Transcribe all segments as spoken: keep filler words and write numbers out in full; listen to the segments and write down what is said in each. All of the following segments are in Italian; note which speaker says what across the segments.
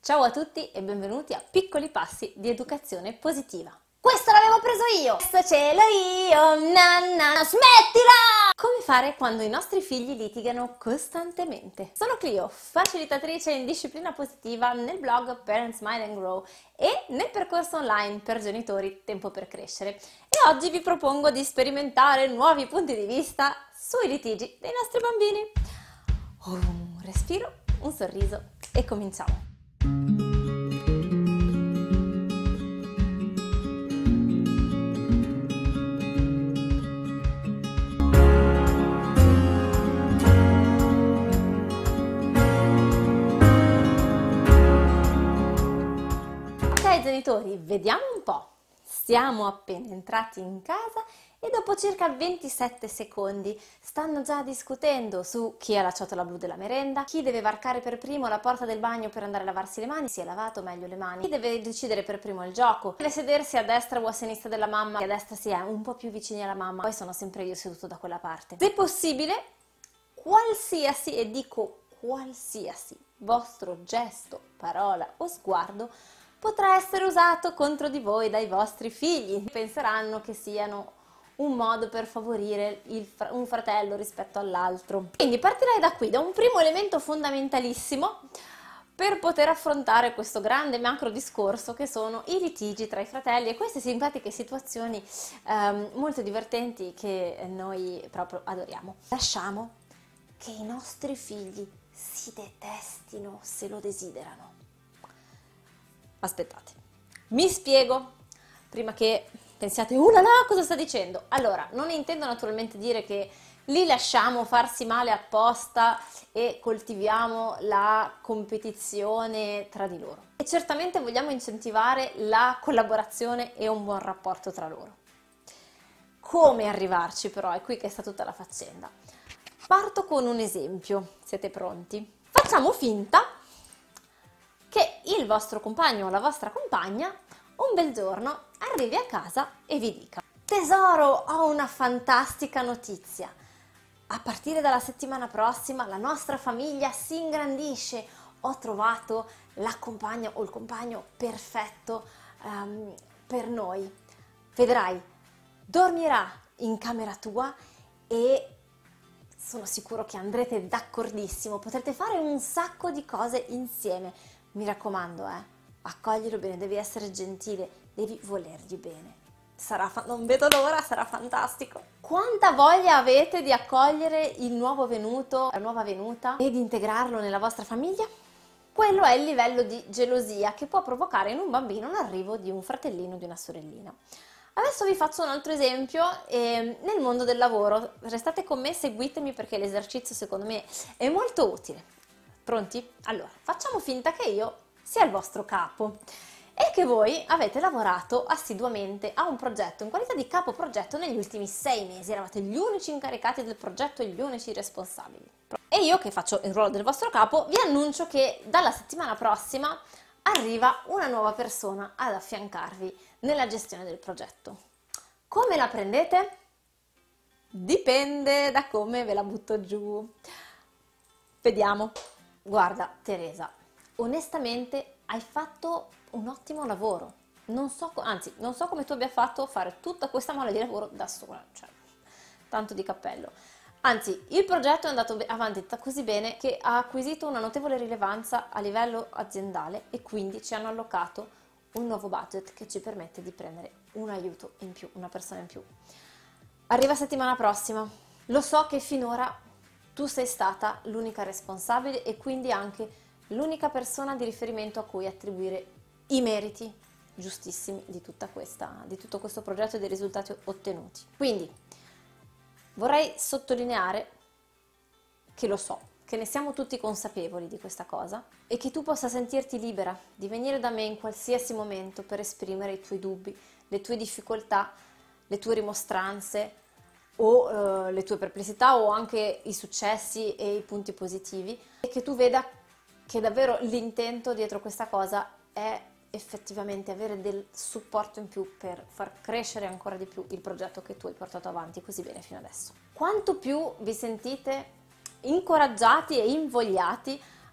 Speaker 1: Ciao a tutti e benvenuti a Piccoli Passi di Educazione Positiva. Questo l'avevo preso io! Questo ce l'ho io! Nanna, smettila! Come fare quando i nostri figli litigano costantemente? Sono Clio, facilitatrice in disciplina positiva nel blog Parents Smile and Grow e nel percorso online per genitori Tempo per Crescere. E oggi vi propongo di sperimentare nuovi punti di vista sui litigi dei nostri bambini. Un respiro, un sorriso e cominciamo! Ok genitori, vediamo un po'. Siamo appena entrati in casa e dopo circa ventisette secondi stanno già discutendo su chi ha la ciotola blu della merenda, chi deve varcare per primo la porta del bagno per andare a lavarsi le mani, si è lavato meglio le mani, chi deve decidere per primo il gioco, deve sedersi a destra o a sinistra della mamma, che a destra si è un po' più vicini alla mamma, poi sono sempre io seduto da quella parte. Se possibile, qualsiasi, e dico qualsiasi, vostro gesto, parola o sguardo potrà essere usato contro di voi dai vostri figli. Penseranno che siano un modo per favorire il fr- un fratello rispetto all'altro. Quindi partirei da qui, da un primo elemento fondamentalissimo per poter affrontare questo grande macro discorso che sono i litigi tra i fratelli e queste simpatiche situazioni ehm, molto divertenti che noi proprio adoriamo. Lasciamo che i nostri figli si detestino se lo desiderano. Aspettate, mi spiego prima che pensiate, oh là là, cosa sta dicendo? Allora, non intendo naturalmente dire che li lasciamo farsi male apposta e coltiviamo la competizione tra di loro. E certamente vogliamo incentivare la collaborazione e un buon rapporto tra loro. Come arrivarci però? È qui che sta tutta la faccenda. Parto con un esempio, siete pronti? Facciamo finta che il vostro compagno o la vostra compagna un bel giorno arrivi a casa e vi dica: tesoro, ho una fantastica notizia. A partire dalla settimana prossima la nostra famiglia si ingrandisce. Ho trovato la compagna o il compagno perfetto um, per noi. Vedrai, dormirà in camera tua e sono sicuro che andrete d'accordissimo. Potrete fare un sacco di cose insieme. Mi raccomando, eh, accoglierlo bene, devi essere gentile, devi volergli bene. Sarà fa- non vedo l'ora, sarà fantastico. Quanta voglia avete di accogliere il nuovo venuto, la nuova venuta e di integrarlo nella vostra famiglia? Quello è il livello di gelosia che può provocare in un bambino l'arrivo di un fratellino o di una sorellina. Adesso vi faccio un altro esempio eh, nel mondo del lavoro. Restate con me, seguitemi perché l'esercizio secondo me è molto utile. Pronti? Allora, facciamo finta che io sia il vostro capo e che voi avete lavorato assiduamente a un progetto in qualità di capo progetto negli ultimi sei mesi, eravate gli unici incaricati del progetto e gli unici responsabili. E io, che faccio il ruolo del vostro capo, vi annuncio che dalla settimana prossima arriva una nuova persona ad affiancarvi nella gestione del progetto. Come la prendete? Dipende da come ve la butto giù. Vediamo. Guarda Teresa, onestamente hai fatto un ottimo lavoro, non so, anzi non so come tu abbia fatto a fare tutta questa mole di lavoro da sola, cioè tanto di cappello. Anzi, il progetto è andato avanti così bene che ha acquisito una notevole rilevanza a livello aziendale e quindi ci hanno allocato un nuovo budget che ci permette di prendere un aiuto in più, una persona in più. Arriva settimana prossima, lo so che finora tu sei stata l'unica responsabile e quindi anche l'unica persona di riferimento a cui attribuire i meriti giustissimi di, tutta questa, di tutto questo progetto e dei risultati ottenuti. Quindi vorrei sottolineare che lo so, che ne siamo tutti consapevoli di questa cosa e che tu possa sentirti libera di venire da me in qualsiasi momento per esprimere i tuoi dubbi, le tue difficoltà, le tue rimostranze, o eh, le tue perplessità o anche i successi e i punti positivi e che tu veda che davvero l'intento dietro questa cosa è effettivamente avere del supporto in più per far crescere ancora di più il progetto che tu hai portato avanti così bene fino adesso. Quanto più vi sentite incoraggiati e invogliati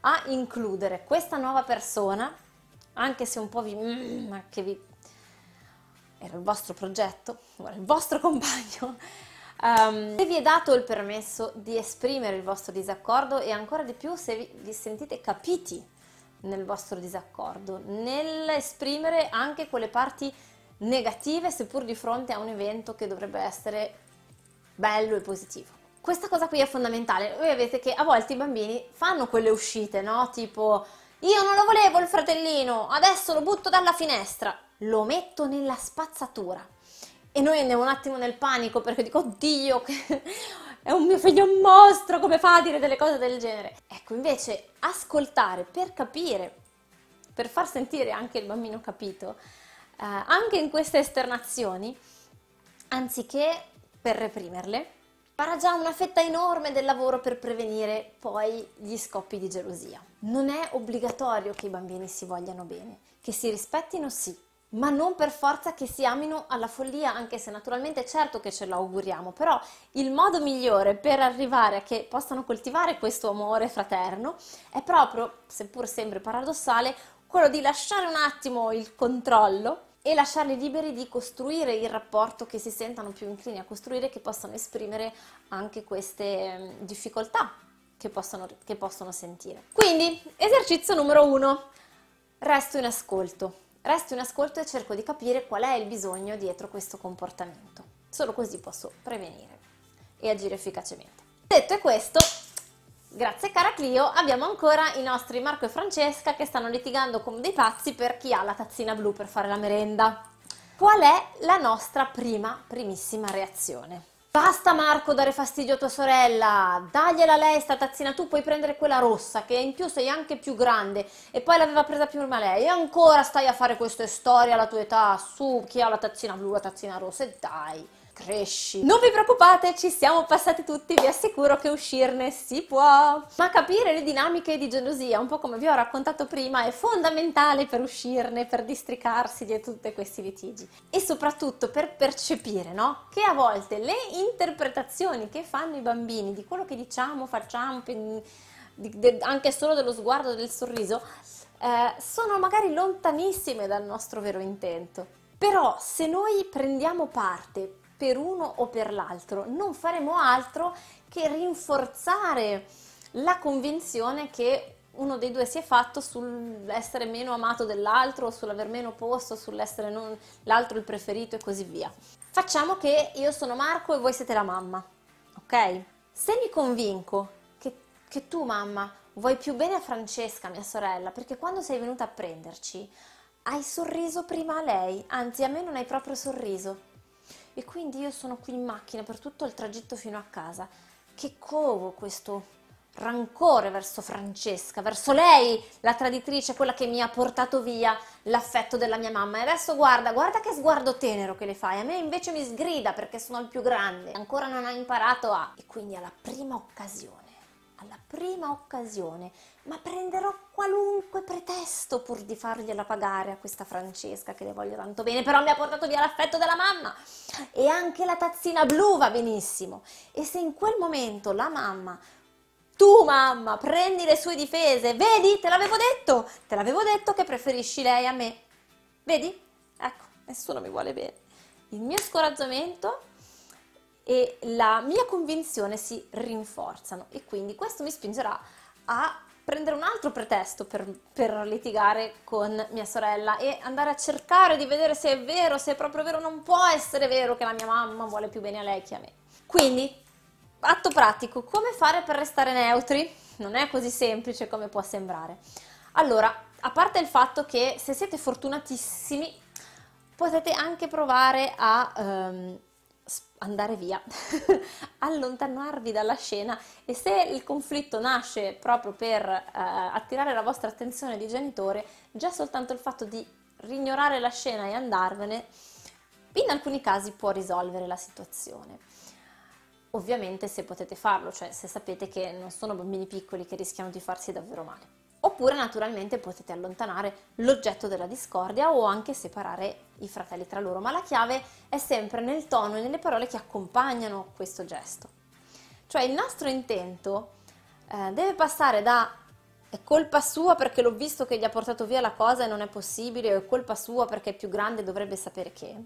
Speaker 1: a includere questa nuova persona, anche se un po' vi... Mm, ma che vi... era il vostro progetto, era il vostro compagno, um, se vi è dato il permesso di esprimere il vostro disaccordo e ancora di più se vi, vi sentite capiti nel vostro disaccordo, nell'esprimere anche quelle parti negative, seppur di fronte a un evento che dovrebbe essere bello e positivo. Questa cosa qui è fondamentale. Voi vedete che a volte i bambini fanno quelle uscite, no? Tipo, io non lo volevo il fratellino, adesso lo butto dalla finestra, lo metto nella spazzatura. E noi andiamo un attimo nel panico perché dico, oddio, è un mio figlio un mostro, come fa a dire delle cose del genere? Ecco, invece, ascoltare per capire, per far sentire anche il bambino capito, eh, anche in queste esternazioni, anziché per reprimerle, farà già una fetta enorme del lavoro per prevenire poi gli scoppi di gelosia. Non è obbligatorio che i bambini si vogliano bene, che si rispettino sì, ma non per forza che si amino alla follia, anche se naturalmente certo che ce lo auguriamo, però il modo migliore per arrivare a che possano coltivare questo amore fraterno è proprio, seppur sempre paradossale, quello di lasciare un attimo il controllo e lasciarli liberi di costruire il rapporto che si sentano più inclini a costruire, che possano esprimere anche queste difficoltà che possono, che possono sentire. Quindi, esercizio numero uno, resto in ascolto. Resto in ascolto e cerco di capire qual è il bisogno dietro questo comportamento. Solo così posso prevenire e agire efficacemente. Detto questo, grazie cara Clio, abbiamo ancora i nostri Marco e Francesca che stanno litigando come dei pazzi per chi ha la tazzina blu per fare la merenda. Qual è la nostra prima, primissima reazione? Basta Marco dare fastidio a tua sorella, dagliela lei sta tazzina, tu puoi prendere quella rossa che in più sei anche più grande e poi l'aveva presa prima lei e ancora stai a fare queste storie alla tua età, su chi ha la tazzina blu, la tazzina rossa e dai, cresci. Non vi preoccupate, ci siamo passati tutti, vi assicuro che uscirne si può. Ma capire le dinamiche di gelosia, un po' come vi ho raccontato prima, è fondamentale per uscirne, per districarsi di tutti questi litigi. E soprattutto per percepire, no? Che a volte le interpretazioni che fanno i bambini di quello che diciamo, facciamo, anche solo dello sguardo, del sorriso, eh, sono magari lontanissime dal nostro vero intento. Però se noi prendiamo parte per uno o per l'altro, non faremo altro che rinforzare la convinzione che uno dei due si è fatto sull'essere meno amato dell'altro, sull'aver meno posto, sull'essere non l'altro il preferito e così via. Facciamo che io sono Marco e voi siete la mamma, ok? Se mi convinco che, che tu mamma vuoi più bene a Francesca, mia sorella, perché quando sei venuta a prenderci hai sorriso prima a lei, anzi a me non hai proprio sorriso. E quindi io sono qui in macchina per tutto il tragitto fino a casa, che covo questo rancore verso Francesca, verso lei, la traditrice, quella che mi ha portato via l'affetto della mia mamma. E adesso guarda, guarda che sguardo tenero che le fai, a me invece mi sgrida perché sono il più grande, ancora non ha imparato a... E quindi alla prima occasione, alla prima occasione, ma prenderò qualunque pretesto pur di fargliela pagare a questa Francesca che le voglio tanto bene, però mi ha portato via l'affetto della mamma e anche la tazzina blu va benissimo. E se in quel momento la mamma, tu mamma, prendi le sue difese, vedi, te l'avevo detto, te l'avevo detto che preferisci lei a me, vedi? Ecco, nessuno mi vuole bene. Il mio scoraggiamento e la mia convinzione si rinforzano e quindi questo mi spingerà a prendere un altro pretesto per, per litigare con mia sorella e andare a cercare di vedere se è vero, se è proprio vero. Non può essere vero che la mia mamma vuole più bene a lei che a me. Quindi, atto pratico, come fare per restare neutri? Non è così semplice come può sembrare. Allora, a parte il fatto che se siete fortunatissimi potete anche provare a um, andare via, allontanarvi dalla scena, e se il conflitto nasce proprio per eh, attirare la vostra attenzione di genitore, già soltanto il fatto di ignorare la scena e andarvene in alcuni casi può risolvere la situazione. Ovviamente se potete farlo, cioè se sapete che non sono bambini piccoli che rischiano di farsi davvero male. Oppure naturalmente potete allontanare l'oggetto della discordia o anche separare i fratelli tra loro, ma la chiave è sempre nel tono e nelle parole che accompagnano questo gesto. Cioè il nostro intento eh, deve passare da è colpa sua perché l'ho visto che gli ha portato via la cosa e non è possibile, o è colpa sua perché è più grande e dovrebbe sapere che,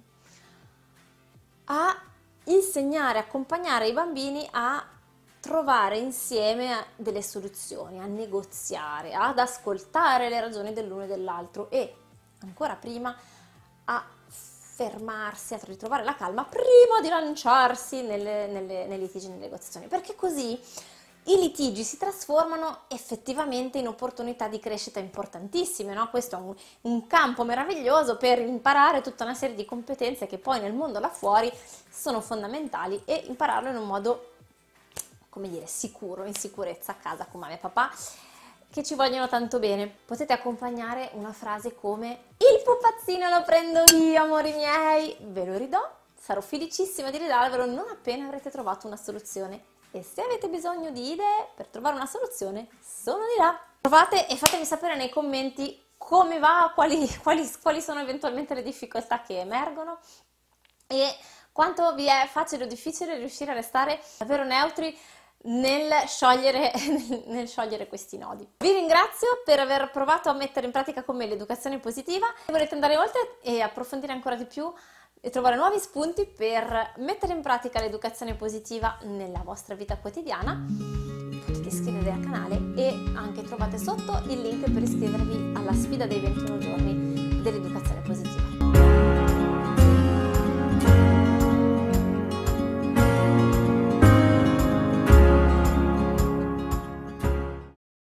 Speaker 1: a insegnare, accompagnare i bambini a trovare insieme delle soluzioni, a negoziare, ad ascoltare le ragioni dell'uno e dell'altro e ancora prima a fermarsi, a ritrovare la calma prima di lanciarsi nelle, nelle, nei litigi, nelle negoziazioni, perché così i litigi si trasformano effettivamente in opportunità di crescita importantissime, no? Questo è un, un campo meraviglioso per imparare tutta una serie di competenze che poi nel mondo là fuori sono fondamentali e impararlo in un modo, come dire, sicuro, in sicurezza a casa con mamma e papà, che ci vogliono tanto bene. Potete accompagnare una frase come: il pupazzino lo prendo io, amori miei, ve lo ridò, sarò felicissima di ridarvelo non appena avrete trovato una soluzione e se avete bisogno di idee per trovare una soluzione sono di là. Provate e fatemi sapere nei commenti come va, quali, quali, quali sono eventualmente le difficoltà che emergono e quanto vi è facile o difficile riuscire a restare davvero neutri nel sciogliere, nel sciogliere questi nodi. Vi ringrazio per aver provato a mettere in pratica con me l'educazione positiva. Se volete andare oltre e approfondire ancora di più e trovare nuovi spunti per mettere in pratica l'educazione positiva nella vostra vita quotidiana, potete iscrivervi al canale e anche trovate sotto il link per iscrivervi alla sfida dei ventuno giorni dell'educazione positiva.